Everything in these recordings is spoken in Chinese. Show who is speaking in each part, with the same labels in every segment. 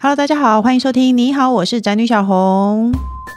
Speaker 1: Hello， 大家好，欢迎收听。你好，我是宅女小红。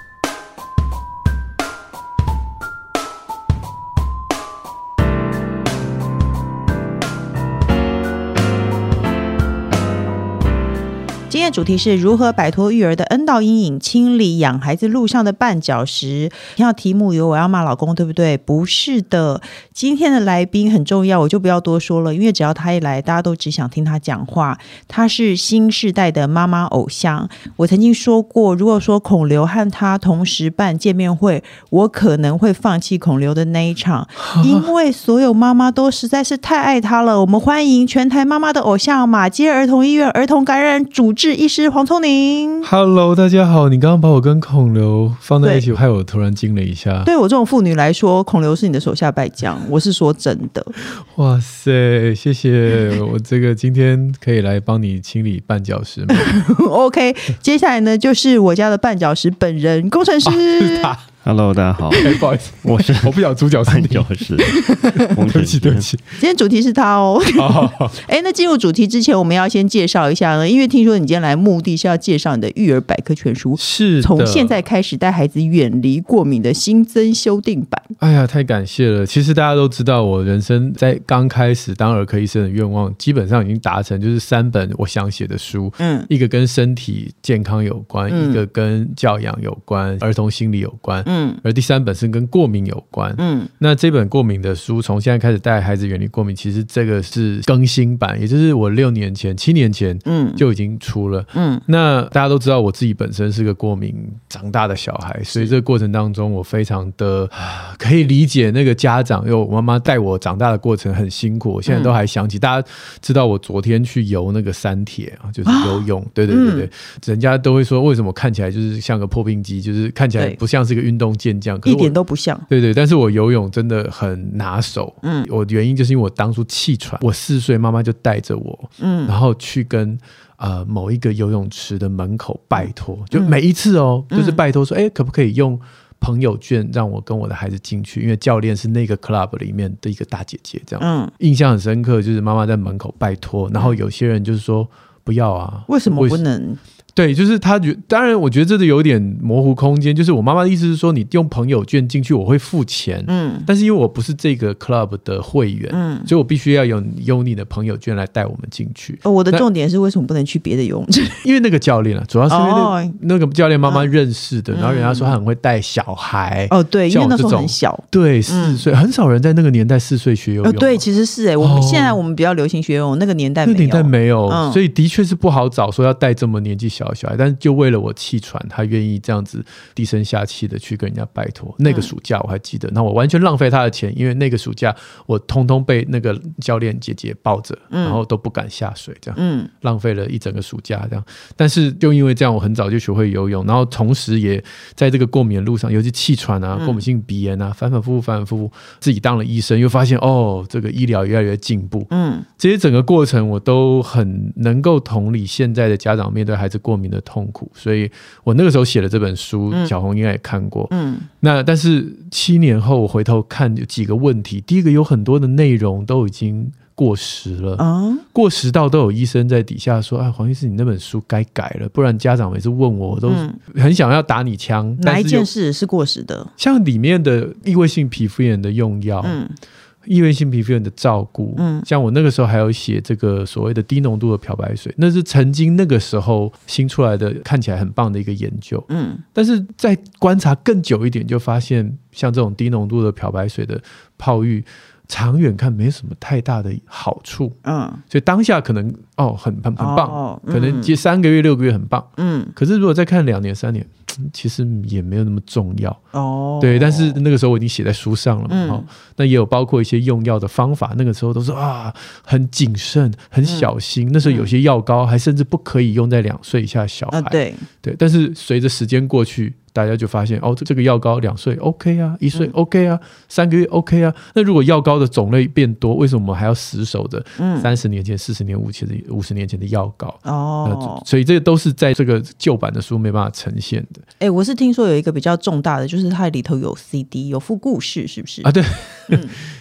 Speaker 1: 今天的主题是如何摆脱育儿的 N 道阴影，清理养孩子路上的绊脚石。听到题目有我要骂老公对不对？不是的，今天的来宾很重要，我就不要多说了，因为只要他一来，大家都只想听他讲话。他是新世代的妈妈偶像。我曾经说过，如果说孔刘和他同时办见面会，我可能会放弃孔刘的那一场，因为所有妈妈都实在是太爱他了。我们欢迎全台妈妈的偶像，马偕儿童医院儿童感染主治医师黄聪宁。
Speaker 2: Hello， 大家好。你刚刚把我跟孔刘放在一起，害我突然惊了一下。
Speaker 1: 对我这种妇女来说，孔刘是你的手下败将，我是说真的。
Speaker 2: 哇塞，谢谢。我这个今天可以来帮你清理绊脚石吗？
Speaker 1: OK， 接下来呢就是我家的绊脚石本人工程师。
Speaker 2: 是他。
Speaker 3: Hello， 大家好。
Speaker 2: 不好意思，
Speaker 3: 我
Speaker 2: 不想主角是你。
Speaker 3: 绊脚石。
Speaker 2: 对不起，对不起。
Speaker 1: 今天主题是他哦。那进入主题之前，我们要先介绍一下呢，因为听说你今天来目的是要介绍你的育儿百科全书，
Speaker 2: 是
Speaker 1: 从现在开始带孩子远离过敏的新增修订版。
Speaker 2: 哎呀，太感谢了。其实大家都知道，我人生在刚开始当儿科医生的愿望基本上已经达成，就是3本我想写的书。一个跟身体健康有关，一个跟教养有关，儿童心理有关。而第3本是跟过敏有关。那这本过敏的书从现在开始带孩子远离过敏，其实这个是更新版，也就是我7年前就已经出了。那大家都知道我自己本身是个过敏长大的小孩，所以这个过程当中我非常的可以理解那个家长，因为我妈妈带我长大的过程很辛苦，我现在都还想起。大家知道我昨天去游那个三铁，就是游泳。对，人家都会说为什么看起来就是像个破冰机，就是看起来不像是个运动健将，
Speaker 1: 一点都不像。
Speaker 2: 对，但是我游泳真的很拿手。我原因就是因为我当初气喘，我4岁妈妈就带着我，然后去跟某一个游泳池的门口拜托，就每一次就是拜托说，可不可以用朋友券让我跟我的孩子进去，因为教练是那个 club 里面的一个大姐姐，这样。印象很深刻，就是妈妈在门口拜托，然后有些人就是说不要啊，
Speaker 1: 为什么不能？
Speaker 2: 对，就是他当然我觉得这个有点模糊空间，就是我妈妈的意思是说你用朋友券进去我会付钱，但是因为我不是这个 club 的会员，所以我必须要用你的朋友券来带我们进去。
Speaker 1: 我的重点是为什么不能去别的游泳池？
Speaker 2: 因为那个教练主要是因为那个教练妈妈认识的，然后人家说他很会带小孩。
Speaker 1: 对，因为那时候很小。
Speaker 2: 对，4岁，很少人在那个年代4岁学游泳。
Speaker 1: 对，其实是我们现在我们比较流行学游泳，那个年代
Speaker 2: 没有，所以的确是不好找说要带这么年纪小的小孩，但是就为了我气喘，他愿意这样子低声下气的去跟人家拜托。那个暑假我还记得，那我完全浪费他的钱，因为那个暑假我通通被那个教练姐姐抱着，然后都不敢下水，这样浪费了一整个暑假这样。但是就因为这样，我很早就学会游泳，然后同时也在这个过敏的路上，尤其气喘啊、过敏性鼻炎啊，反反复复，自己当了医生，又发现这个医疗越来越进步。这些整个过程我都很能够同理现在的家长面对孩子过敏的痛苦，所以我那个时候写了这本书，小红应该也看过。那但是7年后我回头看有几个问题，第一个有很多的内容都已经过时了，过时到都有医生在底下说，黄医师你那本书该改了，不然家长每次问我都很想要打你枪。
Speaker 1: 哪一件事是过时的？
Speaker 2: 像里面的异位性皮肤炎的用药，异位性皮肤炎的照顾，像我那个时候还有写这个所谓的低浓度的漂白水，那是曾经那个时候新出来的看起来很棒的一个研究。但是在观察更久一点，就发现像这种低浓度的漂白水的泡浴长远看没什么太大的好处。所以当下可能很棒，可能接3个月6个月很棒，可是如果再看2年3年，其实也没有那么重要。对，但是那个时候我已经写在书上了嘛。那也有包括一些用药的方法，那个时候都是很谨慎很小心。那时候有些药膏还甚至不可以用在2岁以下的小孩。对，但是随着时间过去，大家就发现这个药膏2岁 OK 啊，1岁 OK 啊，3个月 OK 啊。那如果药膏的种类变多，为什么我们还要死守着30年前40年50年前的药膏？所以这个都是在这个旧版的书没办法呈现的。
Speaker 1: 我是听说有一个比较重大的，就是它里头有 CD 有附故事，是不是？
Speaker 2: 对，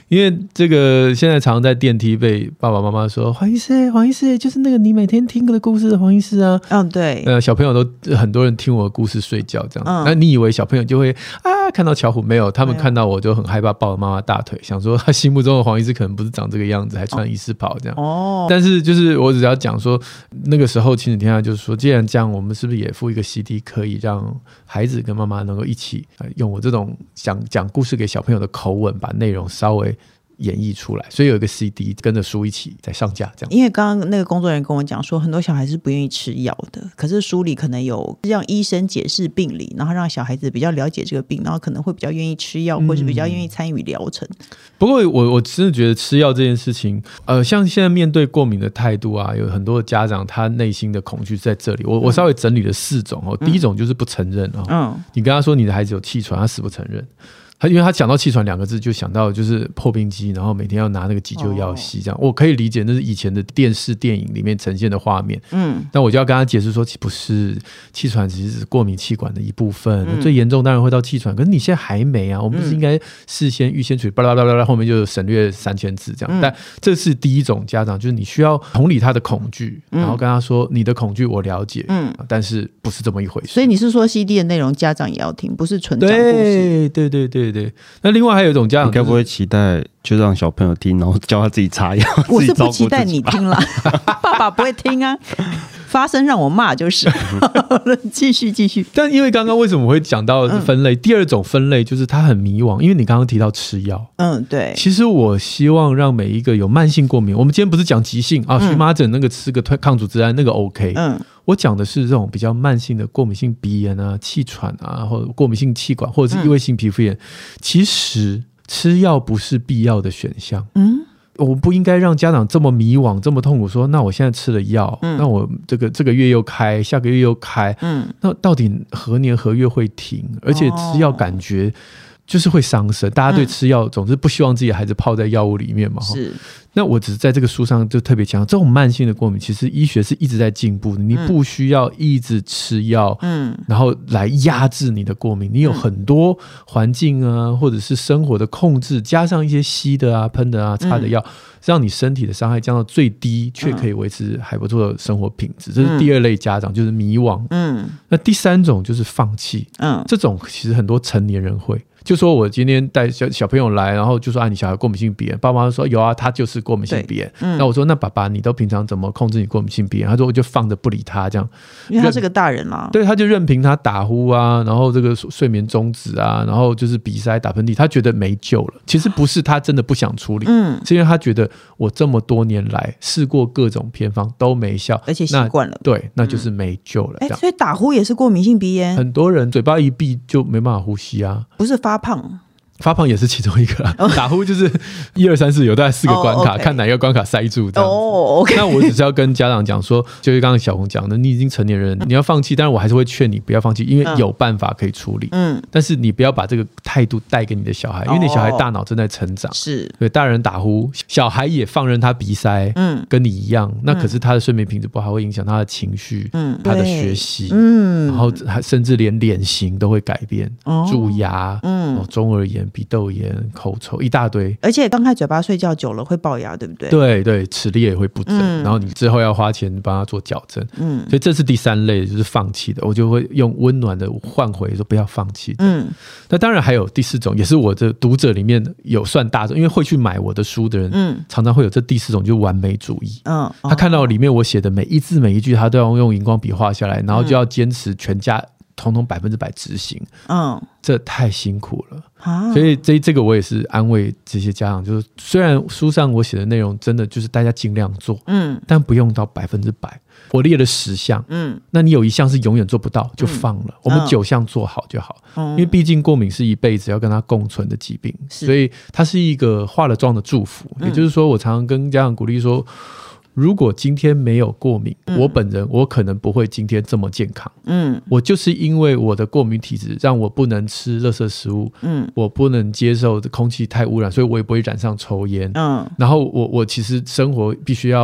Speaker 2: 因为这个现在常常在电梯被爸爸妈妈说黄医师，黄医师就是那个你每天听的故事的黄医师啊。
Speaker 1: 对，
Speaker 2: 小朋友都很多人听我的故事睡觉这样。那你以为小朋友就会看到巧虎？没有，他们看到我就很害怕，抱着妈妈大腿，想说他心目中的黄医师可能不是长这个样子，还穿医师袍这样。但是就是我只要讲说，那个时候亲子天下就是说，既然这样，我们是不是也附一个 CD， 可以让孩子跟妈妈能够一起用我这种讲故事给小朋友的口吻，把内容稍微演绎出来，所以有一个 CD 跟着书一起在上架这样。
Speaker 1: 因为刚刚那个工作人员跟我讲说，很多小孩是不愿意吃药的，可是书里可能有让医生解释病理，然后让小孩子比较了解这个病，然后可能会比较愿意吃药，或是比较愿意参与疗程。
Speaker 2: 不过我真的觉得吃药这件事情，像现在面对过敏的态度啊，有很多的家长他内心的恐惧在这里。我稍微整理了4种第一种就是不承认你跟他说你的孩子有气喘，他死不承认。因为他讲到气喘2个字就想到就是破冰机，然后每天要拿那个急救药吸这样。我可以理解那是以前的电视电影里面呈现的画面，但我就要跟他解释说不是，气喘其实是过敏气管的一部分，最严重当然会到气喘，可是你现在还没啊，我们不是应该事先预先处理，巴拉巴拉巴拉，后面就省略3000字这样。但这是第一种家长，就是你需要同理他的恐惧，然后跟他说你的恐惧我了解，但是不是这么一回事。
Speaker 1: 所以你是说 CD 的内容家长也要听，不是纯讲故事？
Speaker 2: 对。那另外还有一种家长，
Speaker 3: 你该不会期待就让小朋友听，然后教他自己擦药？
Speaker 1: 我是不期待你听啦，爸爸不会听啊，发声让我骂就是。继续。
Speaker 2: 但因为刚刚为什么会讲到分类，第二种分类就是他很迷惘，因为你刚刚提到吃药，
Speaker 1: 对。
Speaker 2: 其实我希望让每一个有慢性过敏，我们今天不是讲急性荨麻疹那个吃个抗组织胺那个 OK，我讲的是这种比较慢性的过敏性鼻炎啊、气喘啊，或者过敏性气管，或者是异位性皮肤炎，其实吃药不是必要的选项。我不应该让家长这么迷惘、这么痛苦，说那我现在吃了药，那我这个月又开，下个月又开，那到底何年何月会停？而且吃药感觉就是会伤身，大家对吃药总是不希望自己的孩子泡在药物里面嘛。
Speaker 1: 是。
Speaker 2: 那我只是在这个书上就特别强调，这种慢性的过敏其实医学是一直在进步的，你不需要一直吃药然后来压制你的过敏，你有很多环境啊或者是生活的控制，加上一些吸的啊喷的啊擦的药，让你身体的伤害降到最低，却可以维持还不错的生活品质。这是第二类家长，就是迷惘。那第三种就是放弃。这种其实很多成年人会，就说我今天带小朋友来，然后就说你小孩过敏性鼻炎，爸妈说有啊，他就是过敏性鼻炎。那我说那爸爸你都平常怎么控制你过敏性鼻炎？他说我就放着不理他这样，
Speaker 1: 因为他是个大人嘛。
Speaker 2: 对，他就任凭他打呼啊，然后这个睡眠中止啊，然后就是鼻塞打喷嚏，他觉得没救了。其实不是他真的不想处理，是因为他觉得我这么多年来试过各种偏方都没效，
Speaker 1: 而且习惯了。
Speaker 2: 对，那就是没救了。
Speaker 1: 所以打呼也是过敏性鼻炎。
Speaker 2: 很多人嘴巴一闭就没办法呼吸啊，
Speaker 1: 不是发胖。
Speaker 2: 发胖也是其中一个打呼就是1、2、3、4有大概4个关卡，看哪一个关卡塞住这样子。那我只是要跟家长讲说，就是刚刚小红讲的，你已经成年人，你要放弃，但是我还是会劝你不要放弃，因为有办法可以处理。但是你不要把这个态度带给你的小孩，因为你小孩大脑正在成长。
Speaker 1: 是，
Speaker 2: 对，大人打呼，小孩也放任他鼻塞，跟你一样，那可是他的睡眠品质不好，会影响他的情绪，他的学习，然后甚至连脸型都会改变，蛀牙，中耳炎、鼻窦炎、口臭一大堆，
Speaker 1: 而且刚开嘴巴睡觉久了会龅牙，对不对？
Speaker 2: 对，齿列也会不整，然后你之后要花钱帮他做矫正。所以这是第三类，就是放弃的，我就会用温暖的换回，说不要放弃。那当然还有第4种，也是我的读者里面有算大众，因为会去买我的书的人，常常会有这第4种，就是完美主义。他看到里面我写的每一字每一句，他都要用荧光笔画下来，然后就要坚持全家统统100%执行。这太辛苦了。所以这个我也是安慰这些家长，就是虽然书上我写的内容真的就是大家尽量做，但不用到100%。我列了10项，那你有1项是永远做不到就放了，我们9项做好就好。因为毕竟过敏是一辈子要跟它共存的疾病，所以它是一个化了妆的祝福。也就是说，我常常跟家长鼓励说，如果今天没有过敏，我本人我可能不会今天这么健康。我就是因为我的过敏体质让我不能吃垃圾食物，我不能接受空气太污染，所以我也不会染上抽烟。然后我其实生活必须要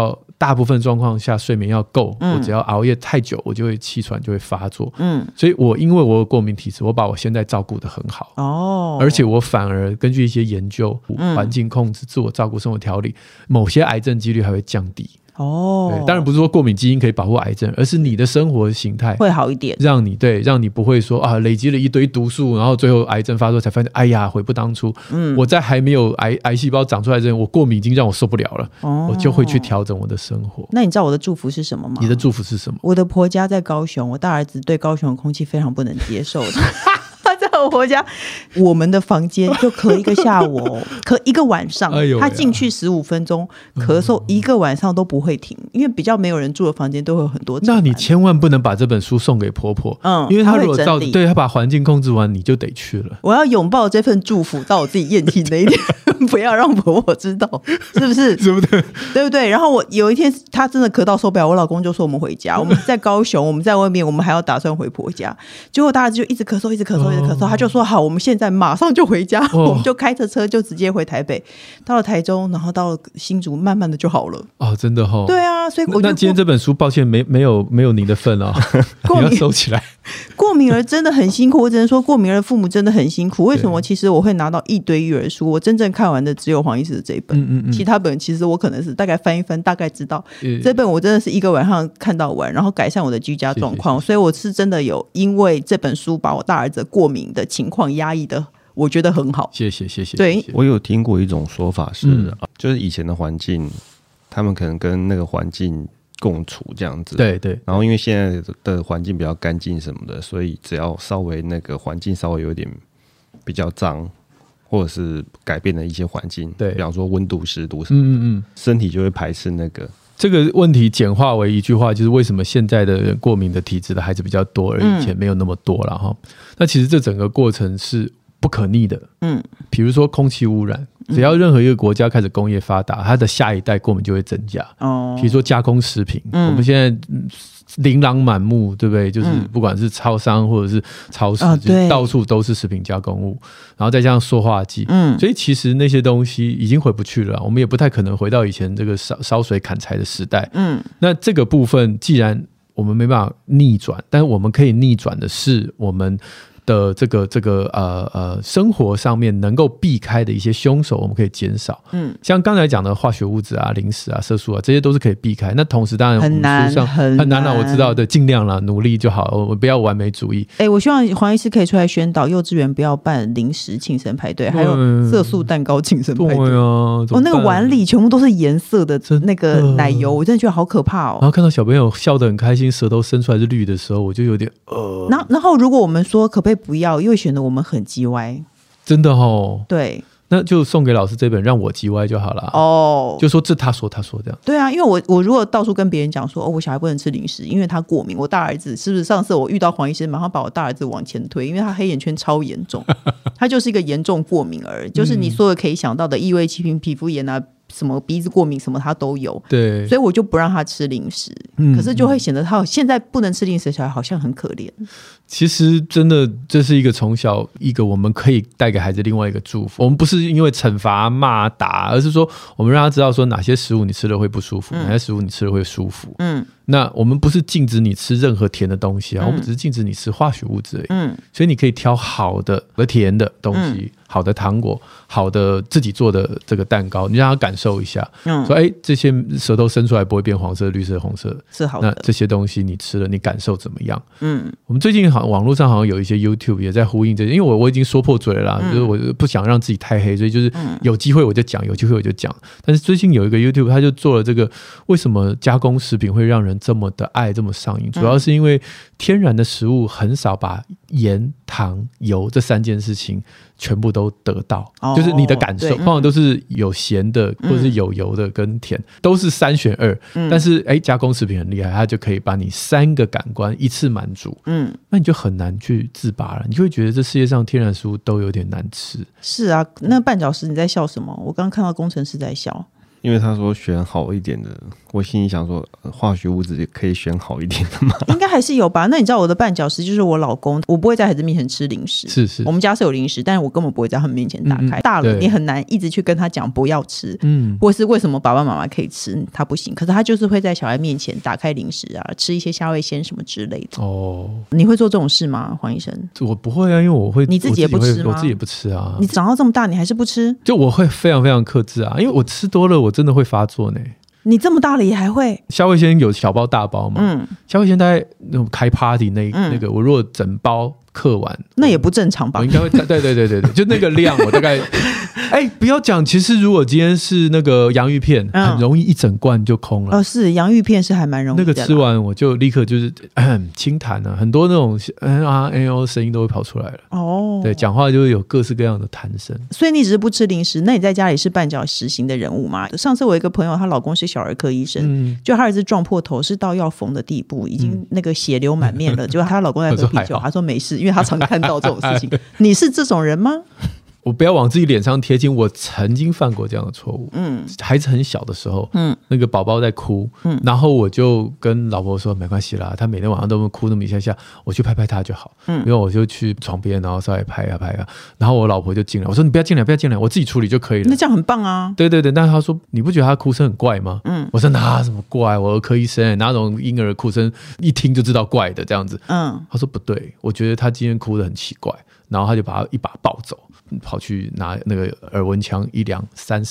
Speaker 2: 大部分状况下睡眠要够，我只要熬夜太久我就会气喘，就会发作。所以因为我有过敏体质，我把我现在照顾得很好而且我反而根据一些研究，环境控制、自我照顾、生活调理，某些癌症几率还会降低。对，当然不是说过敏基因可以保护癌症，而是你的生活形态
Speaker 1: 会好一点，
Speaker 2: 让你不会说累积了一堆毒素，然后最后癌症发作才发现哎呀悔不当初。我在还没有癌细胞长出来之前，我过敏已经让我受不了了，我就会去调整我的生活。
Speaker 1: 那你知道我的祝福是什么吗？
Speaker 2: 你的祝福是什么？
Speaker 1: 我的婆家在高雄，我大儿子对高雄的空气非常不能接受的他在我婆家，我们的房间就咳一个下午咳一个晚上，他进去15分钟咳嗽一个晚上都不会停，因为比较没有人住的房间都会有很多。
Speaker 2: 那你千万不能把这本书送给婆婆，因为他如果对他把环境控制完，你就得去了。
Speaker 1: 我要拥抱这份祝福到我自己咽气那一天不要让婆婆知道，是不是？
Speaker 2: 对不对？
Speaker 1: 对不对？然后我有一天他真的咳到受不了，我老公就说我们回家，我们在高雄，我们在外面，我们还要打算回婆家，结果大儿子就一直咳嗽一直咳嗽一直咳嗽，他就说好，我们现在马上就回家，我们就开着车就直接回台北，到了台中，然后到了新竹，慢慢的就好了。
Speaker 2: 真的
Speaker 1: 对啊，所以我
Speaker 2: 那今天这本书抱歉没有你的份你要收起来。
Speaker 1: 过敏儿真的很辛苦，我只能说过敏儿的父母真的很辛苦。为什么？其实我会拿到一堆育儿书，我真正看完的只有黄医师的这一本，其他本其实我可能是大概翻一翻，大概知道。这本我真的是一个晚上看到完，然后改善我的居家状况，所以我是真的有因为这本书把我大儿子过敏的情况压抑的，我觉得很好。
Speaker 2: 谢谢。
Speaker 1: 对，
Speaker 3: 我有听过一种说法是，就是以前的环境，他们可能跟那个环境共处这样子，
Speaker 2: 对，
Speaker 3: 然后因为现在的环境比较干净什么的，所以只要稍微那个环境稍微有点比较脏，或者是改变了一些环境，对，比方说温度、湿度什么的，身体就会排斥那个。
Speaker 2: 这个问题简化为一句话，就是为什么现在的人过敏的体质的孩子比较多，而以前没有那么多了哈。那其实这整个过程是不可逆的，比如说空气污染，只要任何一个国家开始工业发达，它的下一代过敏就会增加。比如说加工食品，我们现在琳琅满目，对不对？就是不管是超商或者是超市，就是到处都是食品加工物，然后再加上塑化剂，所以其实那些东西已经回不去了，我们也不太可能回到以前这个烧水砍柴的时代。那这个部分既然我们没办法逆转，但我们可以逆转的是我们的这个生活上面能够避开的一些凶手，我们可以减少。像刚才讲的化学物质啊、零食啊、色素啊，这些都是可以避开。那同时当然
Speaker 1: 很难，
Speaker 2: 很难了，我知道的，尽量了，努力就好，我不要完美主义。
Speaker 1: 我希望黄医师可以出来宣导，幼稚园不要办零食庆生派对，还有色素蛋糕庆生派对。对啊，那个碗里全部都是颜色的那个奶油，我真的觉得好可怕哦。
Speaker 2: 然后看到小朋友笑得很开心，舌头伸出来是绿的时候，我就有点
Speaker 1: 然后如果我们说可不可以不要，又会显得我们很叽歪，
Speaker 2: 真的哦。
Speaker 1: 对，
Speaker 2: 那就送给老师这本让我叽歪就好了。就说这他说这样。
Speaker 1: 对啊，因为我如果到处跟别人讲说我小孩不能吃零食，因为他过敏。我大儿子是不是上次我遇到黄医生，马上把我大儿子往前推，因为他黑眼圈超严重他就是一个严重过敏儿，就是你所有可以想到的异位气瓶、皮肤炎啊，什么鼻子过敏什么他都有。
Speaker 2: 对，
Speaker 1: 所以我就不让他吃零食。可是就会显得他现在不能吃零食的小孩好像很可怜。
Speaker 2: 其实真的这是一个从小一个我们可以带给孩子另外一个祝福。我们不是因为惩罚骂打，而是说我们让他知道说哪些食物你吃了会不舒服，哪些食物你吃了会舒服。那我们不是禁止你吃任何甜的东西啊，我们只是禁止你吃化学物质而已。所以你可以挑好的和甜的东西，好的糖果，好的自己做的这个蛋糕，你让他感受一下，说这些舌头伸出来不会变黄色、绿色、红色，
Speaker 1: 是好的。
Speaker 2: 那这些东西你吃了，你感受怎么样？我们最近网络上好像有一些 YouTube 也在呼应这些，因为我已经说破嘴了啦，就是我不想让自己太黑，所以就是有机会我就讲，有机会我就讲。但是最近有一个 YouTube 他就做了这个，为什么加工食品会让人这么的爱这么上瘾？主要是因为天然的食物很少把盐、糖、油这三件事情全部都得到，就是你的感受通常都是有咸的或者是有油的跟甜，都是3选2。但是加工食品很厉害，它就可以把你3个感官一次满足。那你就很难去自拔了，你就会觉得这世界上天然食物都有点难吃。
Speaker 1: 是啊，那绊脚石你在笑什么？我刚刚看到工程师在笑。
Speaker 3: 因为他说选好一点的，我心里想说，化学物质也可以选好一点的吗？
Speaker 1: 应该还是有吧。那你知道我的绊脚石就是我老公，我不会在孩子面前吃零食，
Speaker 2: 是
Speaker 1: 我们家是有零食，但是我根本不会在他们面前打开。大了你很难一直去跟他讲不要吃，或是为什么爸爸妈妈可以吃他不行，可是他就是会在小孩面前打开零食啊，吃一些虾味鲜什么之类的。哦，你会做这种事吗，黄医生？
Speaker 2: 我不会啊，因为我会，
Speaker 1: 你自己也不吃吗？
Speaker 2: 我自己也不吃啊。
Speaker 1: 你长到这么大，你还是不吃？
Speaker 2: 就我会非常非常克制啊，因为我吃多了，我真的会发作呢。
Speaker 1: 你这么大了也还会？
Speaker 2: 虾味鲜有小包大包嘛？虾味鲜大概那种开 party 那个，我如果整包嗑完，
Speaker 1: 那也不正常吧？
Speaker 2: 我应该会对，就那个量，我大概不要讲。其实如果今天是那个洋芋片，很容易一整罐就空了。
Speaker 1: 是洋芋片是还蛮容易的。
Speaker 2: 那个吃完我就立刻就是清痰了，很多那种声音都会跑出来了。哦，对，讲话就会有各式各样的痰声。
Speaker 1: 所以你只是不吃零食，那你在家里是绊脚石型的人物吗？上次我有一个朋友，她老公是小儿科医生，就她儿子撞破头，是到要缝的地步，已经那个血流满面了。就她老公在喝啤酒，她说没事。因为他常看到这种事情。你是这种人吗？
Speaker 2: 我不要往自己脸上贴金，我曾经犯过这样的错误。孩子很小的时候，那个宝宝在哭，然后我就跟老婆说没关系啦，他每天晚上都会哭那么一下下，我去拍拍他就好。因为我就去床边，然后稍微拍啊拍啊，然后我老婆就进来，我说你不要进来，不要进来，我自己处理就可以了。
Speaker 1: 那这样很棒啊。
Speaker 2: 对，但是他说你不觉得他哭声很怪吗？我说哪什么怪，我儿科医生，哪种婴儿哭声一听就知道怪的这样子。他说不对，我觉得他今天哭得很奇怪。然后他就把他一把抱走，跑去拿那个耳温枪一量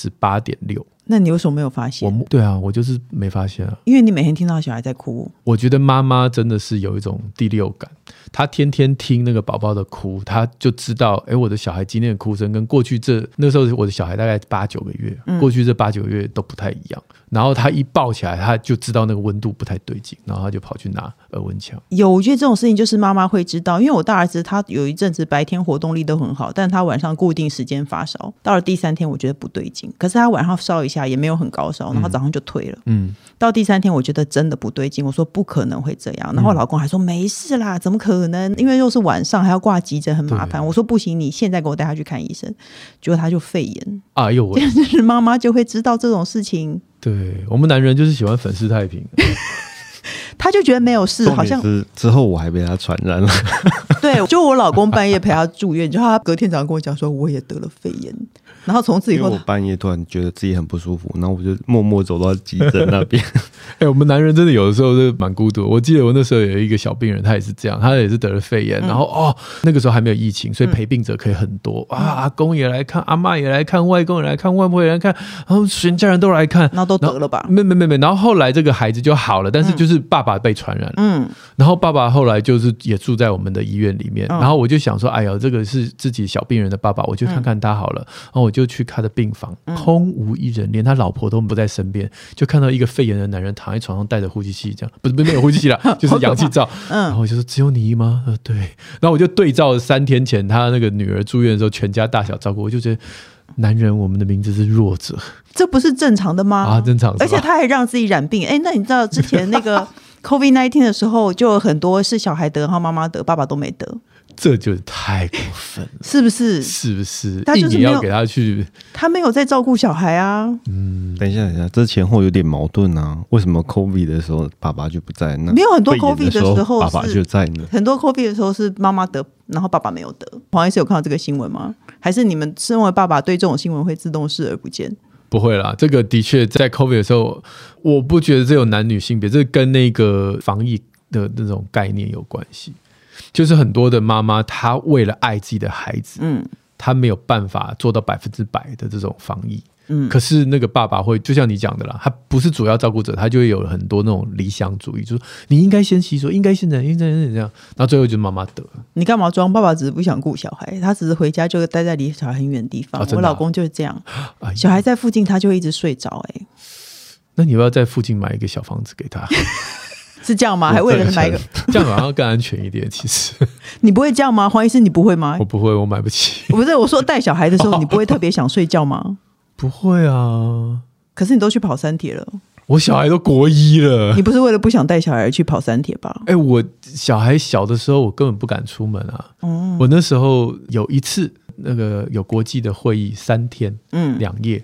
Speaker 2: 38.6。
Speaker 1: 那你为什么没有发现？
Speaker 2: 对啊，我就是没发现啊。
Speaker 1: 因为你每天听到小孩在哭。我
Speaker 2: 觉得妈妈真的是有一种第六感，她天天听那个宝宝的哭，她就知道，我的小孩今天的哭声跟过去那时候我的小孩大概8-9个月，过去这8-9个月都不太一样。然后他一抱起来，他就知道那个温度不太对劲，然后他就跑去拿耳温枪。
Speaker 1: 我觉得这种事情就是妈妈会知道，因为我大儿子他有一阵子白天活动力都很好，但他晚上固定时间发烧，到了第3天我觉得不对劲，可是他晚上烧一下也没有很高烧，然后早上就退了。到第3天我觉得真的不对劲，我说不可能会这样，然后我老公还说没事啦，怎么可能？因为又是晚上还要挂急诊很麻烦。我说不行，你现在给我带他去看医生。结果他就肺炎。这样就是妈妈就会知道这种事情。
Speaker 2: 对，我们男人就是喜欢粉饰太平。
Speaker 1: 他就觉得没有事，好像
Speaker 3: 之后我还被他传染了。
Speaker 1: 对，就我老公半夜陪他住院，就他隔天早上跟我讲说我也得了肺炎，然后从此以后
Speaker 3: 因为我半夜突然觉得自己很不舒服，然后我就默默走到急诊那边。
Speaker 2: 我们男人真的有的时候是蛮孤独。我记得我那时候有一个小病人，他也是这样，他也是得了肺炎，然后那个时候还没有疫情，所以陪病者可以很多阿公也来看，阿嬷也来看，外公也来看，外婆也来看，然后全家人都来看，
Speaker 1: 然后都得了吧？
Speaker 2: 没，然后后来这个孩子就好了，但是就是爸爸被传染了。然后爸爸后来就是也住在我们的医院里面，然后我就想说，哎呀，这个是自己小病人的爸爸，我去看看他好了。然后我就去他的病房，空无一人，连他老婆都不在身边，就看到一个肺炎的男人躺在床上带着呼吸器，这样不是没有呼吸器啦，就是氧气罩。然后我就说只有你吗？对。然后我就对照3天前他那个女儿住院的时候，全家大小照顾，我就觉得男人，我们的名字是弱者，
Speaker 1: 这不是正常的吗？
Speaker 2: 正常。
Speaker 1: 而且他还让自己染病。那你知道之前那个COVID-19 的时候，就有很多是小孩得，然后妈妈得，爸爸都没得。
Speaker 2: 这就太过分了，
Speaker 1: 是不是？
Speaker 2: 是不是？
Speaker 1: 他就是
Speaker 2: 硬也要给他去，
Speaker 1: 他没有在照顾小孩啊。
Speaker 3: 等一下，这前后有点矛盾啊。为什么 COVID 的时候爸爸就不在？那
Speaker 1: 没有很多 COVID 的时候
Speaker 3: 爸爸就在呢。
Speaker 1: 很多 COVID 的时候是妈妈得，然后爸爸没有得。黄医师有看到这个新闻吗？还是你们身为爸爸对这种新闻会自动视而不见？
Speaker 2: 不会啦，这个的确在 COVID 的时候，我不觉得这有男女性别，这跟那个防疫的那种概念有关系。就是很多的妈妈，她为了爱自己的孩子，她没有办法做到100%的这种防疫。可是那个爸爸会，就像你讲的啦，他不是主要照顾者，他就会有很多那种理想主义，就是你应该先洗手，应该先这样，然后最后就是妈妈得。
Speaker 1: 你干嘛装？爸爸只是不想顾小孩，他只是回家就待在离小孩很远的地方。我老公就是这样，小孩在附近他就会一直睡着。
Speaker 2: 那你要不要在附近买一个小房子给他？
Speaker 1: 是这样吗？还为了买一个，
Speaker 2: 这样好像更安全一点。其实
Speaker 1: 你不会这样吗？黄医师，你不会吗？
Speaker 2: 我不会，我买不起。
Speaker 1: 不是，我说带小孩的时候，你不会特别想睡觉吗？
Speaker 2: 不会啊。
Speaker 1: 可是你都去跑3铁了，
Speaker 2: 我小孩都国1了。
Speaker 1: 你不是为了不想带小孩去跑3铁吧？
Speaker 2: 我小孩小的时候，我根本不敢出门啊。我那时候有一次那个有国际的会议3天2夜。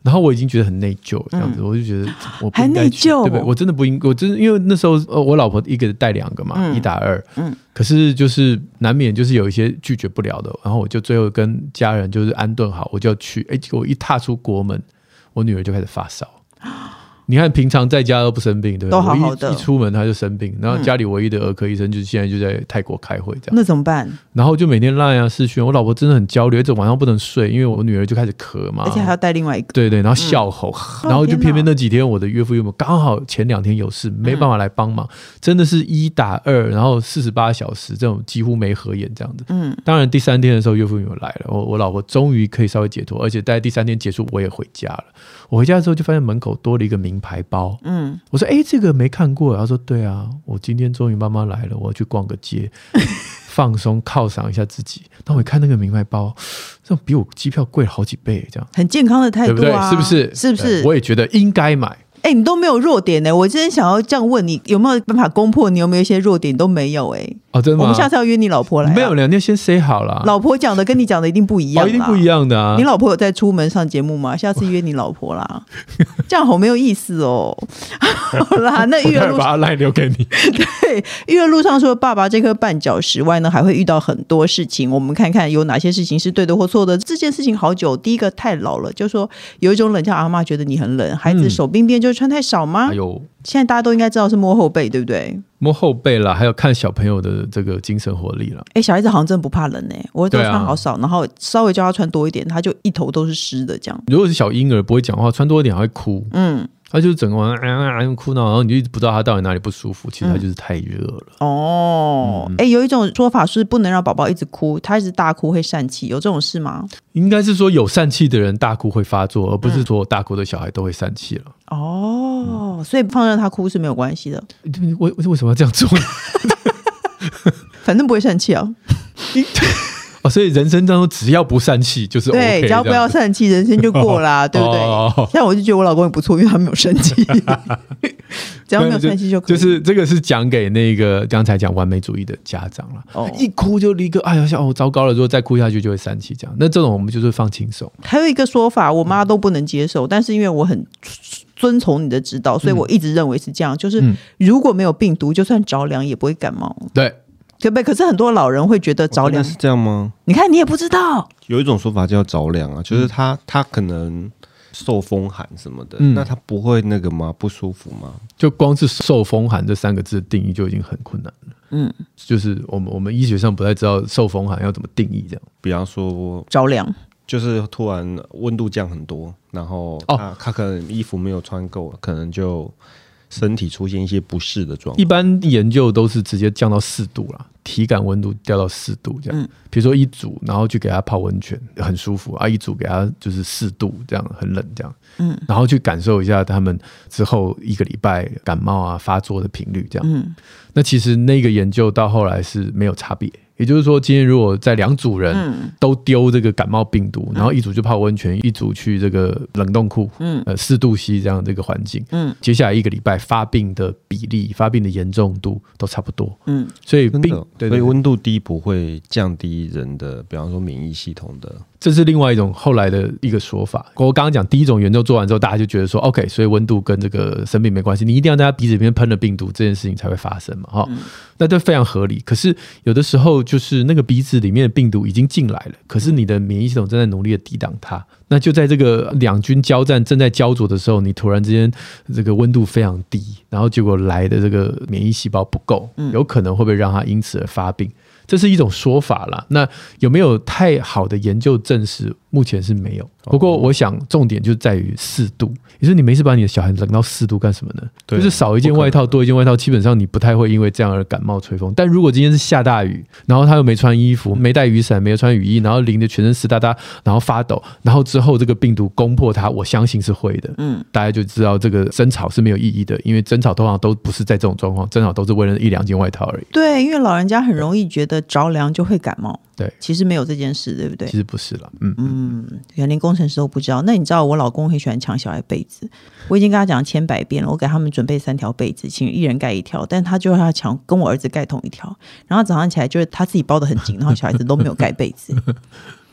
Speaker 2: 然后我已经觉得很内疚这样子，我就觉得我不应该去，
Speaker 1: 还内疚，
Speaker 2: 对不对？我真的不应，我真的因为那时候我老婆一个人带2个嘛，1打2，可是就是难免就是有一些拒绝不了的，然后我就最后跟家人就是安顿好，我就要去，结果我一踏出国门，我女儿就开始发烧。你看平常在家都不生病，对不对？
Speaker 1: 都好好的，
Speaker 2: 我一出门他就生病，然后家里唯一的儿科医生就是现在就在泰国开会这样。
Speaker 1: 那怎么办？
Speaker 2: 然后就每天LINE视讯，我老婆真的很焦虑，一直晚上不能睡，因为我女儿就开始咳嘛，
Speaker 1: 而且还要带另外一个，
Speaker 2: 对，然后笑吼，然后就偏偏那几天我的岳父岳母刚好前2天有事，没办法来帮忙，真的是1打2，然后48小时这种几乎没合眼这样子。当然第3天的时候岳父岳母来了，我老婆终于可以稍微解脱，而且在第3天结束我也回家了。我回家之后就发现门口多了一个名牌包，我说这个没看过，他说对啊，我今天终于妈妈来了，我要去逛个街放松犒赏一下自己。那我一看那个名牌包，这比我机票贵了好几倍，这样
Speaker 1: 很健康的态度啊，
Speaker 2: 对不对？是不是？
Speaker 1: 是不是？
Speaker 2: 我也觉得应该买。
Speaker 1: 你都没有弱点呢，我之前想要这样问你，有没有办法攻破你有没有一些弱点，都没有
Speaker 2: 真的吗？
Speaker 1: 我们下次要约你老婆来
Speaker 2: 没有，2天先 say 好了。
Speaker 1: 老婆讲的跟你讲的一定不一样，
Speaker 2: 一定不一样的啊！
Speaker 1: 你老婆有在出门上节目吗？下次约你老婆啦，这样好没有意思哦。好啦，那育儿路上
Speaker 2: 把他赖留给你。
Speaker 1: 对，育儿路上除了爸爸这颗绊脚石外呢，还会遇到很多事情。我们看看有哪些事情是对的或错的。这件事情好久，第一个太老了，就说有一种冷叫阿嬷觉得你很冷，孩子手冰边就是穿太少吗？现在大家都应该知道是摸后背，对不对？
Speaker 2: 摸后背啦，还有看小朋友的这个精神活力啦。
Speaker 1: 小孩子好像真的不怕冷我都穿好少，然后稍微叫他穿多一点，他就一头都是湿的这样。如
Speaker 2: 果是小婴儿不会讲话，穿多一点还会哭，他就是整个晚上哭闹，然后你就一直不知道他到底哪里不舒服，其实他就是太热了。
Speaker 1: 有一种说法是不能让宝宝一直哭，他一直大哭会疝气，有这种事吗？
Speaker 2: 应该是说有疝气的人大哭会发作，而不是说大哭的小孩都会疝气了。
Speaker 1: 所以放任他哭是没有关系的。
Speaker 2: 为什么要这样做呢？
Speaker 1: 反正不会疝气啊。
Speaker 2: 所以人生当中只要不疝气就是 OK，
Speaker 1: 对，只要不要疝气，人生就过啦，对不对？像我就觉得我老公也不错，因为他没有疝气，只要没有疝气就可以。
Speaker 2: 就是这个是讲给那个刚才讲完美主义的家长了，一哭就立刻糟糕了，如果再哭下去就会疝气这样。那这种我们就是放轻松。
Speaker 1: 还有一个说法，我妈都不能接受，但是因为我很遵从你的指导，所以我一直认为是这样，就是如果没有病毒，就算着凉也不会感冒。
Speaker 2: 对。
Speaker 1: 对不对？可是很多老人会觉得着凉
Speaker 3: 是这样吗？
Speaker 1: 你看你也不知道，
Speaker 3: 有一种说法叫着凉啊，就是他可能受风寒什么的，那他不会那个吗？不舒服吗？
Speaker 2: 就光是受风寒这3个字的定义就已经很困难了。就是我们医学上不太知道受风寒要怎么定义这样。
Speaker 3: 比方说
Speaker 1: 着凉，
Speaker 3: 就是突然温度降很多，然后他可能衣服没有穿够，可能就身体出现一些不适的状况。
Speaker 2: 一般研究都是直接降到4度啦，体感温度掉到4度这样。比如说一组，然后去给他泡温泉，很舒服一组给他就是4度这样，很冷这样。然后去感受一下他们之后1个礼拜感冒发作的频率这样。那其实那个研究到后来是没有差别。也就是说，今天如果在2组人都丢这个感冒病毒，然后一组就泡温泉，一组去这个冷冻库，4度 C 这样这个环境，接下来1个礼拜发病的比例、发病的严重度都差不多。所以
Speaker 3: 所以温度低不会降低人的，比方说免疫系统的。
Speaker 2: 这是另外一种后来的一个说法。我刚刚讲第一种研究做完之后，大家就觉得说 OK， 所以温度跟这个生病没关系，你一定要在他鼻子里面喷了病毒，这件事情才会发生嘛。那这非常合理。可是有的时候就是那个鼻子里面的病毒已经进来了，可是你的免疫系统正在努力的抵挡它。那就在这个两军交战正在焦灼的时候，你突然之间这个温度非常低，然后结果来的这个免疫细胞不够，有可能会不会让它因此而发病？这是一种说法啦。那有没有太好的研究证实？目前是没有。不过我想重点就在于4度，也就是你没事把你的小孩冷到4度干什么呢？就是少一件外套多一件外套，基本上你不太会因为这样而感冒吹风。但如果今天是下大雨，然后他又没穿衣服，没带雨伞，没有穿雨衣，然后淋得全身湿哒哒，然后发抖，然后之后这个病毒攻破它，我相信是会的。大家就知道这个争吵是没有意义的，因为争吵通常都不是在这种状况，争吵都是为了1-2件外套而已。
Speaker 1: 对，因为老人家很容易觉得着凉就会感冒。
Speaker 2: 对，
Speaker 1: 其实没有这件事，对不对？
Speaker 2: 其实不是啦。
Speaker 1: 原来连工程师都不知道。那你知道我老公很喜欢抢小孩被子，我已经跟他讲千百遍了，我给他们准备3条被子，请1人盖1条，但他就要抢跟我儿子盖同一条，然后早上起来就是他自己包得很紧，然后小孩子都没有盖被子。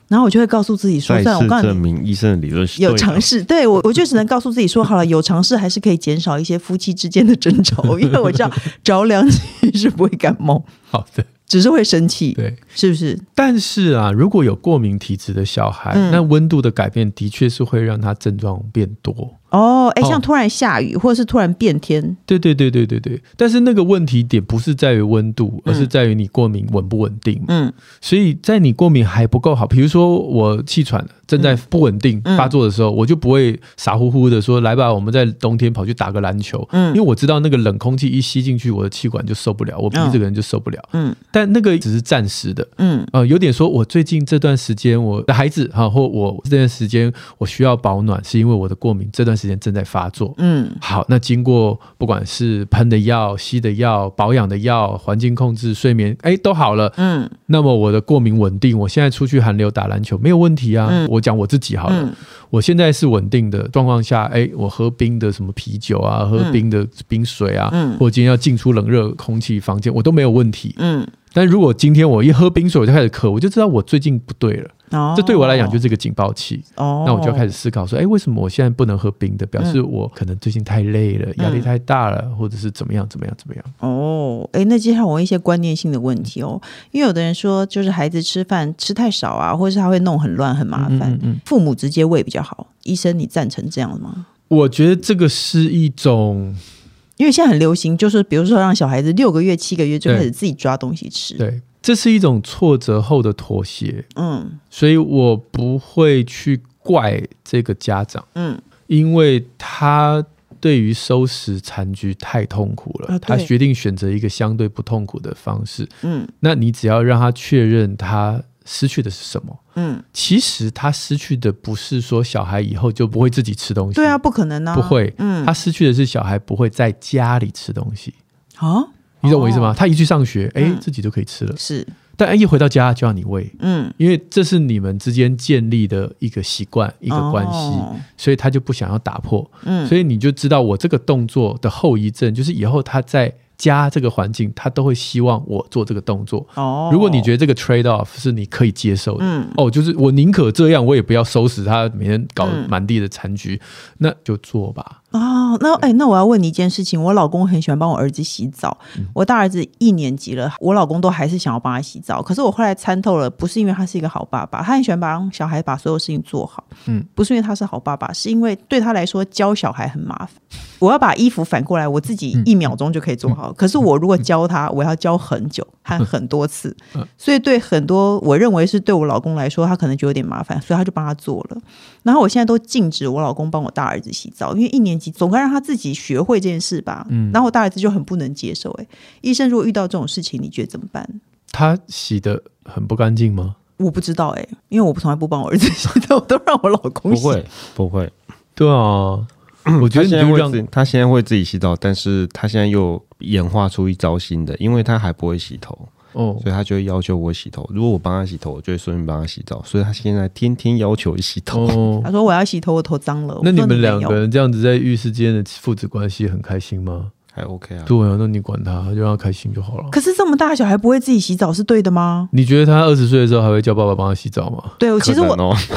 Speaker 1: 然后我就会告诉自己说，
Speaker 3: 再次
Speaker 1: 算了，我告诉你，
Speaker 3: 证明医生的理论是
Speaker 1: 有尝试，对我就只能告诉自己说，好了，有尝试还是可以减少一些夫妻之间的争吵，因为我知道着凉气是不会感冒，
Speaker 2: 好的，
Speaker 1: 只是会生气，
Speaker 2: 对，
Speaker 1: 是不是？
Speaker 2: 但是啊，如果有过敏体质的小孩，那温度的改变的确是会让他症状变多。
Speaker 1: 像突然下雨，或者是突然变天，
Speaker 2: 对。但是那个问题点不是在于温度，而是在于你过敏稳不稳定。所以在你过敏还不够好，比如说我气喘正在不稳定发作的时候，我就不会傻乎乎的说来吧，我们在冬天跑去打个篮球。因为我知道那个冷空气一吸进去，我的气管就受不了，我鼻子可能就受不了。但那个只是暂时的。有点说我最近这段时间我的孩子或我这段时间我需要保暖，是因为我的过敏这段时间正在发作。好，那经过不管是喷的药、吸的药、保养的药、环境控制、睡眠，都好了。那么我的过敏稳定，我现在出去寒流打篮球没有问题啊。我讲我自己好了，我现在是稳定的状况下，我喝冰的什么啤酒啊，喝冰的冰水啊，或者今天要进出冷热空气房间，我都没有问题。但如果今天我一喝冰水我就开始咳，我就知道我最近不对了。这对我来讲就是个警报器。那我就要开始思考说，为什么我现在不能喝冰的？表示我可能最近太累了，压力太大了，或者是怎么样。
Speaker 1: 那接下来我问一些观念性的问题因为有的人说就是孩子吃饭吃太少啊，或者是他会弄很乱很麻烦，父母直接喂比较好。医生你赞成这样吗？
Speaker 2: 我觉得这个是一种，
Speaker 1: 因为现在很流行，就是比如说让小孩子6个月7个月就开始自己抓东西吃。
Speaker 2: 对，这是一种挫折后的妥协。所以我不会去怪这个家长。因为他对于收拾残局太痛苦了，他决定选择一个相对不痛苦的方式。那你只要让他确认他失去的是什么。其实他失去的不是说小孩以后就不会自己吃东西。
Speaker 1: 对啊，不可能啊，
Speaker 2: 不会。他失去的是小孩不会在家里吃东西。你懂我意思吗？他一去上学，自己就可以吃了。
Speaker 1: 是。
Speaker 2: 但一回到家就要你喂。因为这是你们之间建立的一个习惯，一个关系，所以他就不想要打破。所以你就知道我这个动作的后遗症，就是以后他在家这个环境他都会希望我做这个动作。如果你觉得这个 trade off 是你可以接受的，就是我宁可这样我也不要收拾他每天搞满地的残局，那就做吧。
Speaker 1: 那我要问你一件事情，我老公很喜欢帮我儿子洗澡。我大儿子1年级了，我老公都还是想要帮他洗澡。可是我后来参透了，不是因为他是一个好爸爸，他很喜欢帮小孩把所有事情做好。不是因为他是好爸爸，是因为对他来说教小孩很麻烦。我要把衣服反过来，我自己1秒钟就可以做好。可是我如果教他，我要教很久和很多次。所以对很多我认为是对我老公来说，他可能就有点麻烦，所以他就帮他做了。然后我现在都禁止我老公帮我大儿子洗澡，因为1年级总该让他自己学会这件事吧。然后我大儿子就很不能接受。医生如果遇到这种事情你觉得怎么办？
Speaker 2: 他洗得很不干净吗？
Speaker 1: 我不知道因为我从来不帮我儿子洗澡，我都让我老公洗。
Speaker 3: 不会。
Speaker 2: 对啊，我觉得你就让
Speaker 3: 他现在会自己洗澡，但是他现在又演化出一招新的，因为他还不会洗头。所以他就会要求我洗头，如果我帮他洗头，我就会顺便帮他洗澡，所以他现在天天要求洗头。他
Speaker 1: 说我要洗头，我头脏了。
Speaker 2: 那你们2个人这样子在浴室间的父子关系很开心吗？
Speaker 3: 还 OK 啊。
Speaker 2: 对啊，那你管他，就让他开心就好了。
Speaker 1: 可是这么大小孩不会自己洗澡是对的吗？
Speaker 2: 你觉得他20岁的时候还会叫爸爸帮他洗澡吗？
Speaker 1: 对，其实我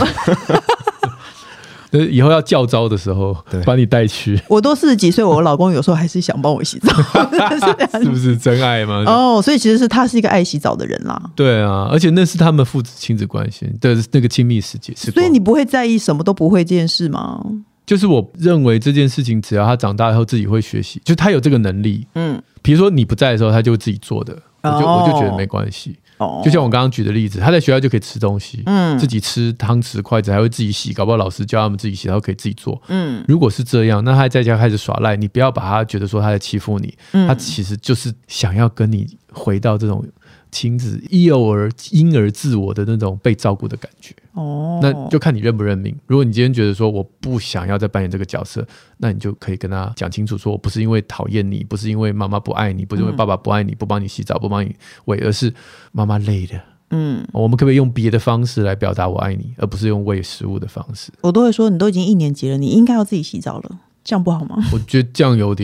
Speaker 2: 以后要叫招的时候把你带去。我
Speaker 1: 都40几岁，我老公有时候还是想帮我洗澡。
Speaker 2: 是不是真爱吗？
Speaker 1: 所以其实他是一个爱洗澡的人啦。
Speaker 2: 对啊，而且那是他们父子亲子关系的那个亲密时节。
Speaker 1: 所以你不会在意什么都不会这件事吗？
Speaker 2: 就是我认为这件事情只要他长大以后自己会学习，就他有这个能力。比如说你不在的时候他就自己做的，我就觉得没关系。就像我刚刚举的例子，他在学校就可以吃东西，自己吃汤匙筷子还会自己洗，搞不好老师教他们自己洗，他可以自己做。如果是这样，那他在家开始耍赖，你不要把他觉得说他在欺负你，他其实就是想要跟你回到这种亲子婴儿自我的那种被照顾的感觉。那就看你认不认命。如果你今天觉得说我不想要再扮演这个角色，那你就可以跟他讲清楚，说我不是因为讨厌你，不是因为妈妈不爱你，不是因为爸爸不爱你，不帮你洗澡，不帮你喂，而是妈妈累了。我们可不可以用别的方式来表达我爱你，而不是用喂食物的方式？
Speaker 1: 我都会说你都已经1年级了，你应该要自己洗澡了，这样不好吗？
Speaker 2: 我觉得这样有点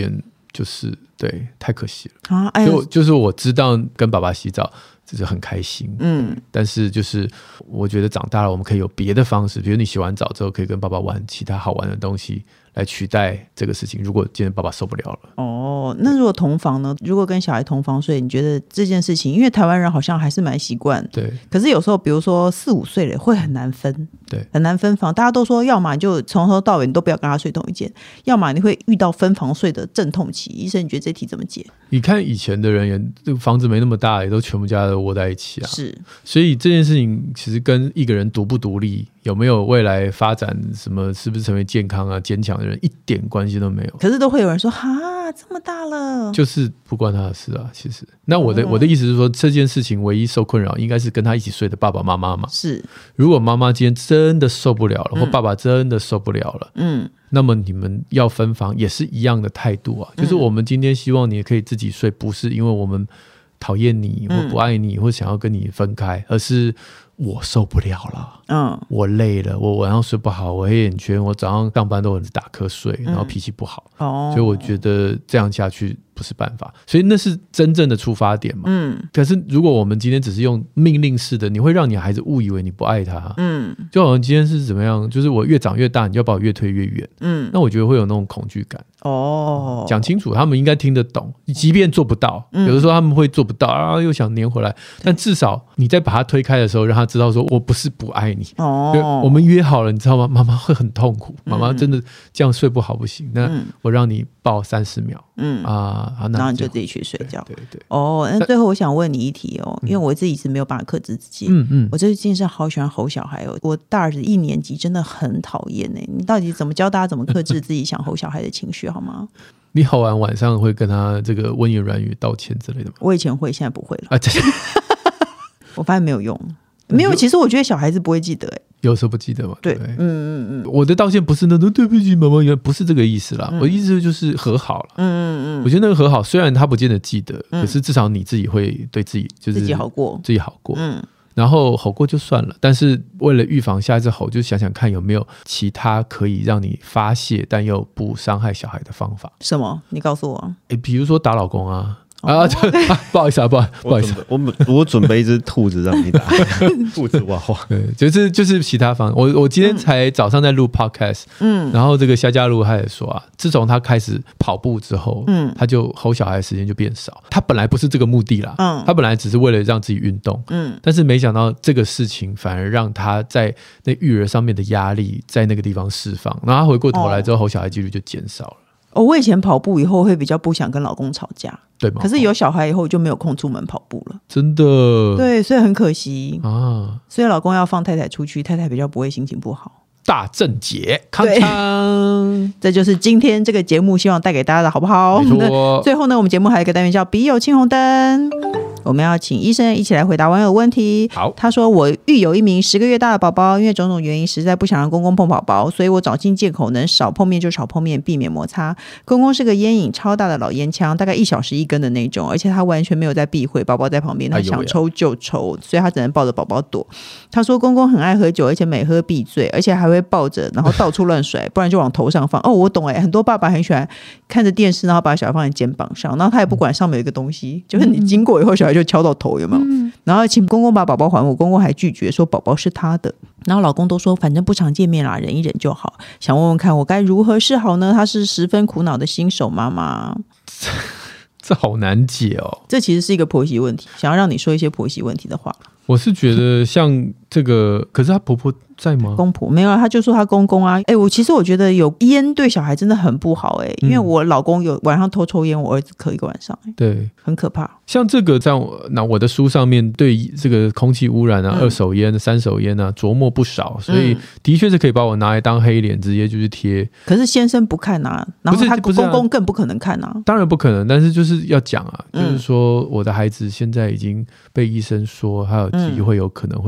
Speaker 2: 就是对，太可惜了
Speaker 1: 啊！
Speaker 2: 就是我知道跟爸爸洗澡就是很开心，但是就是我觉得长大了我们可以有别的方式，比如你洗完澡之后可以跟爸爸玩其他好玩的东西来取代这个事情，如果今天爸爸受不了了。
Speaker 1: 那如果同房呢？如果跟小孩同房睡，你觉得这件事情，因为台湾人好像还是蛮习惯，
Speaker 2: 对，
Speaker 1: 可是有时候比如说4、5岁了会很难分，
Speaker 2: 对，
Speaker 1: 很难分房。大家都说要么你就从头到尾你都不要跟他睡同一间，要么你会遇到分房睡的阵痛期。医生你觉得这题怎么解？
Speaker 2: 你看以前的人也这个房子没那么大，也都全部家都窝在一起啊，
Speaker 1: 是，
Speaker 2: 所以这件事情其实跟一个人独不独立，有没有未来发展什么，是不是成为健康啊坚强的人一点关系都没有。
Speaker 1: 可是都会有人说哈，这么大了，
Speaker 2: 就是不关他的事啊。其实那我的意思是说，这件事情唯一受困扰应该是跟他一起睡的爸爸妈妈嘛。
Speaker 1: 是，
Speaker 2: 如果妈妈今天真的受不了了，或爸爸真的受不了了，那么你们要分房也是一样的态度啊。就是我们今天希望你可以自己睡，不是因为我们讨厌你或不爱你或想要跟你分开，而是我受不了了，我累了，我晚上睡不好，我黑眼圈，我早上上班都很打瞌睡，然后脾气不好，所以我觉得这样下去不是办法，所以那是真正的出发点嘛。可是如果我们今天只是用命令式的，你会让你孩子误以为你不爱他。就好像今天是怎么样，就是我越长越大，你就要把我越推越远。那我觉得会有那种恐惧感。讲清楚，他们应该听得懂，即便做不到，有的时候他们会做不到啊，又想黏回来，但至少你在把他推开的时候，让他知道说我不是不爱你。我们约好了，你知道吗？妈妈会很痛苦，妈妈真的这样睡不好不行。那我让你抱30秒，
Speaker 1: 然后你就自己去睡觉。
Speaker 2: 对。
Speaker 1: 那最后我想问你一题因为我自己是没有办法克制自己。我最近是好喜欢吼小孩我大儿子1年级真的很讨厌你到底怎么教大家怎么克制自己想吼小孩的情绪好吗？
Speaker 2: 你吼完晚上会跟他这个温言软语道歉之类的吗？
Speaker 1: 我以前会，现在不会了。我发现没有用。没有，其实我觉得小孩子不会记得
Speaker 2: 有时候不记得嘛。
Speaker 1: 对，
Speaker 2: 我的道歉不是那种对不起妈妈，不是这个意思啦。我的意思就是和好了。我觉得那个和好，虽然他不见得记得，可是至少你自己会对自己就是
Speaker 1: 自己好过，
Speaker 2: 然后吼过就算了，但是为了预防下一次吼，就想想看有没有其他可以让你发泄但又不伤害小孩的方法。
Speaker 1: 什么？你告诉我。
Speaker 2: 比如说打老公啊。不好意思啊，不好意思，
Speaker 3: 我准备一只兔子让你打，兔子娃娃。
Speaker 2: 对，就是其他方。我今天才早上在录 podcast，然后这个夏家路他也说啊，自从他开始跑步之后，他就吼小孩的时间就变少。他本来不是这个目的啦，他本来只是为了让自己运动，但是没想到这个事情反而让他在那育儿上面的压力在那个地方释放，然后他回过头来之后，吼小孩几率就减少了。
Speaker 1: 我以前跑步以后会比较不想跟老公吵架，
Speaker 2: 对吗？
Speaker 1: 可是有小孩以后就没有空出门跑步了，
Speaker 2: 真的。
Speaker 1: 对，所以很可惜啊。所以老公要放太太出去，太太比较不会心情不好。
Speaker 2: 大正解，康康，
Speaker 1: 这就是今天这个节目希望带给大家的，好不好？那最后呢，我们节目还有一个单元叫笔友青红灯。我们要请医生一起来回答网友问题。
Speaker 2: 好，
Speaker 1: 他说我育有一名10个月大的宝宝，因为种种原因实在不想让公公碰宝宝，所以我找尽借口能少碰面就少碰面，避免摩擦。公公是个烟瘾超大的老烟枪，大概1小时1根的那种，而且他完全没有在避讳，宝宝在旁边他想抽就抽，所以他只能抱着宝宝躲。他说公公很爱喝酒，而且每喝必醉，而且还会抱着然后到处乱甩，不然就往头上放。我懂很多爸爸很喜欢看着电视，然后把小孩放在肩膀上，然后他也不管上面有一个东西，就是你经过以后小孩就敲到头，有没有？然后请公公把宝宝还我，公公还拒绝说宝宝是他的，然后老公都说反正不常见面啦，忍一忍就好。想问问看我该如何是好呢？他是十分苦恼的新手妈妈。
Speaker 2: 这好难解哦。
Speaker 1: 这其实是一个婆媳问题，想要让你说一些婆媳问题的话。
Speaker 2: 我是觉得像这个，可是他婆婆在吗？
Speaker 1: 公婆没有啊，他就说他公公啊。其实我觉得有烟对小孩真的很不好因为我老公有晚上偷抽烟，我儿子咳一个晚上
Speaker 2: 对，
Speaker 1: 很可怕。
Speaker 2: 像这个在我的书上面对这个空气污染啊、二手烟、三手烟啊琢磨不少，所以的确是可以把我拿来当黑脸直接就是贴。
Speaker 1: 可是先生不看啊，然后他公公更不可能看啊。
Speaker 2: 当然不可能，但是就是要讲就是说我的孩子现在已经被医生说他有机会有可能会气喘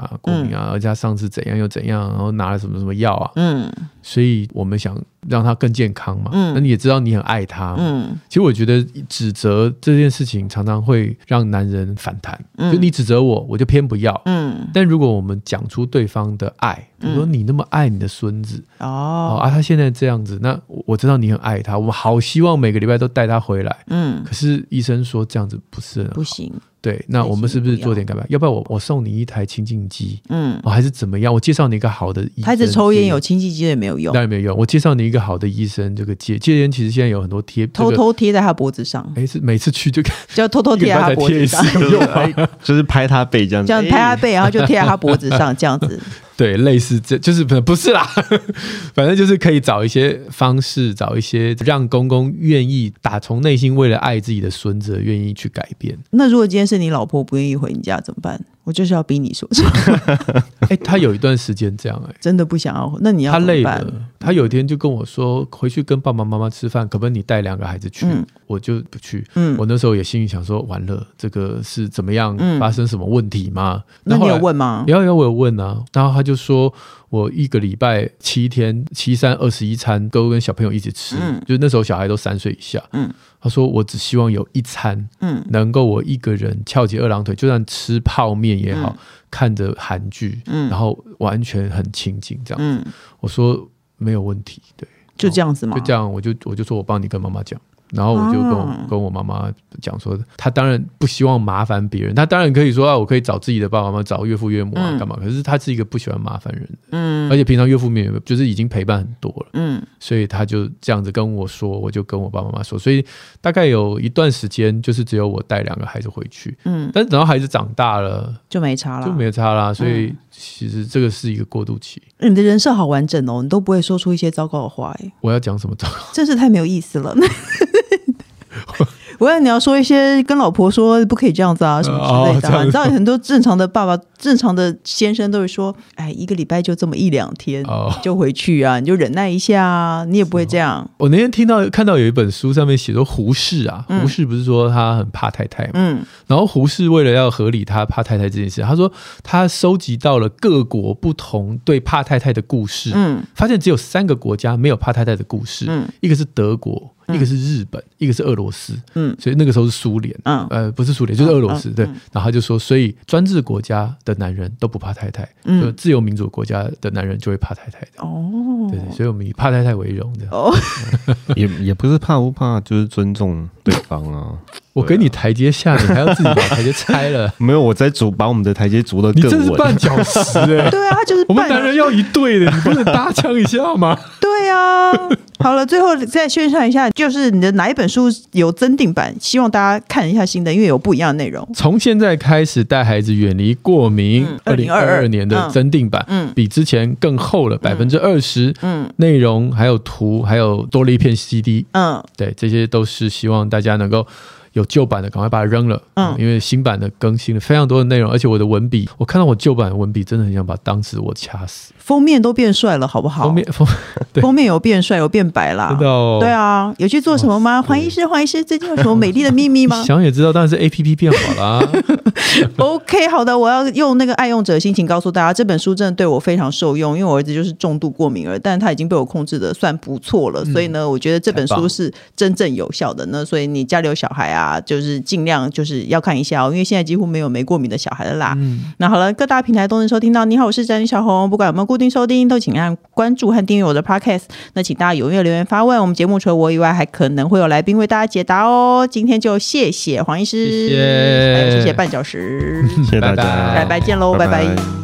Speaker 2: 法过敏啊，而且他上次怎样又怎样，然后拿了什么什么药啊，所以我们想让他更健康嘛，那你也知道你很爱他，其实我觉得指责这件事情常常会让男人反弹，就你指责我就偏不要，但如果我们讲出对方的爱，比如说你那么爱你的孙子，他现在这样子，那我知道你很爱他，我们好希望每个礼拜都带他回来，可是医生说这样子不是很好，
Speaker 1: 不行。
Speaker 2: 对，那我们是不是做点改变？要不然我送你一台清净机，还是怎么样？我介绍你一个好的医生。
Speaker 1: 他一直抽烟有清净机也没有用，
Speaker 2: 当然没有用。我介绍你一个好的医生，这个戒烟其实现在有很多贴，
Speaker 1: 偷偷贴在他脖子上。
Speaker 2: 是每次去就
Speaker 1: 偷偷贴在他脖子上，
Speaker 3: 就是拍他背这样子，
Speaker 1: 这样拍他背，然后就贴在他脖子上这样子。
Speaker 2: 对，类似这就是不是啦，反正就是可以找一些方式，找一些让公公愿意打从内心为了爱自己的孙子愿意去改变。
Speaker 1: 那如果今天是你老婆不愿意回你家怎么办？我就是要逼你说
Speaker 2: 他有一段时间这样
Speaker 1: 真的不想要，那你要
Speaker 2: 他累了，他有一天就跟我说回去跟爸爸妈妈吃饭，可不可以你带2个孩子去，我就不去，我那时候也心里想说完了，这个是怎么样，发生什么问题吗？
Speaker 1: 那你有问吗？
Speaker 2: 有我有问啊，然后他就说我1个礼拜7天7、3、21餐都跟小朋友一起吃，就是那时候小孩都3岁以下，他说我只希望有一餐能够我一个人翘起2郎腿，就算吃泡面也好，看着韩剧，然后完全很清静这样子，我说没有问题，对，
Speaker 1: 就这样子吗？
Speaker 2: 就这样，我就说我帮你跟妈妈讲。然后我就跟我妈妈讲说，他当然不希望麻烦别人，他当然可以说我可以找自己的爸爸妈妈，找岳父岳母干嘛，可是他是一个不喜欢麻烦人的，而且平常岳父岳母就是已经陪伴很多了，所以他就这样子跟我说，我就跟我爸爸妈妈说，所以大概有一段时间就是只有我带2个孩子回去，但是等到孩子长大了
Speaker 1: 就没差
Speaker 2: 啦，所以其实这个是一个过渡期。
Speaker 1: 你的人设好完整哦，你都不会说出一些糟糕的话
Speaker 2: 我要讲什么糟糕？
Speaker 1: 真是太没有意思了。我要你要说一些跟老婆说不可以这样子啊什么之类的你知道很多正常的爸爸正常的先生都会说1个礼拜就这么1-2天就回去啊，你就忍耐一下啊，你也不会这样。
Speaker 2: 我那天看到有一本书上面写说胡适啊，胡适不是说他很怕太太嘛，然后胡适为了要合理他怕太太这件事，他说他收集到了各国不同对怕太太的故事，发现只有3个国家没有怕太太的故事，一个是德国，一个是日本，一个是俄罗斯，所以那个时候是苏联，不是苏联就是俄罗斯，对。然后他就说，所以专制国家的男人都不怕太太，就自由民主国家的男人就会怕太太的。对，所以我们以怕太太为荣的。
Speaker 3: 也不是怕不怕，就是尊重对方啊。
Speaker 2: 我给你台阶下，你还要自己把台阶拆了。
Speaker 3: 没有，我在把我们的台阶筑得更稳。
Speaker 2: 你这是绊脚石
Speaker 1: 对啊，就是
Speaker 2: 我们男人要一对的，你不能搭腔一下吗？
Speaker 1: 对啊。好了，最后再宣传一下，就是你的哪一本书有增订版，希望大家看一下新的，因为有不一样的内容。
Speaker 2: 从现在开始带孩子远离过敏，2022年的增订版，比之前更厚了20%，内容还有图，还有多了一片 CD，对，这些都是希望大家能够。有旧版的赶快把它扔了，因为新版的更新了非常多的内容，而且我的文笔，我看到我旧版的文笔真的很想把当时我掐死。
Speaker 1: 封面都变帅了好不好？封面有变帅有变白啦，
Speaker 2: 真的哦。
Speaker 1: 对啊，有去做什么吗？黄医师最近有什么美丽的秘密吗？
Speaker 2: 想也知道，当然是 APP 变好啦。
Speaker 1: OK， 好的，我要用那个爱用者的心情告诉大家，这本书真的对我非常受用，因为我儿子就是重度过敏儿，但他已经被我控制的算不错了，所以呢，我觉得这本书是真正有效的呢。所以你家里有小孩啊，就是尽量就是要看一下因为现在几乎没有没过敏的小孩了啦。那好了，各大平台都能收听到。你好，我是宅女小红，不管有没有固定收听，都请按关注和订阅我的 Podcast。那请大家踊跃留言发问，我们节目除了我以外，还可能会有来宾为大家解答哦。今天就谢谢黄医师，
Speaker 2: 谢谢，
Speaker 1: 还有谢谢绊脚石，
Speaker 3: 谢谢大家，
Speaker 1: 拜拜，见喽，拜拜。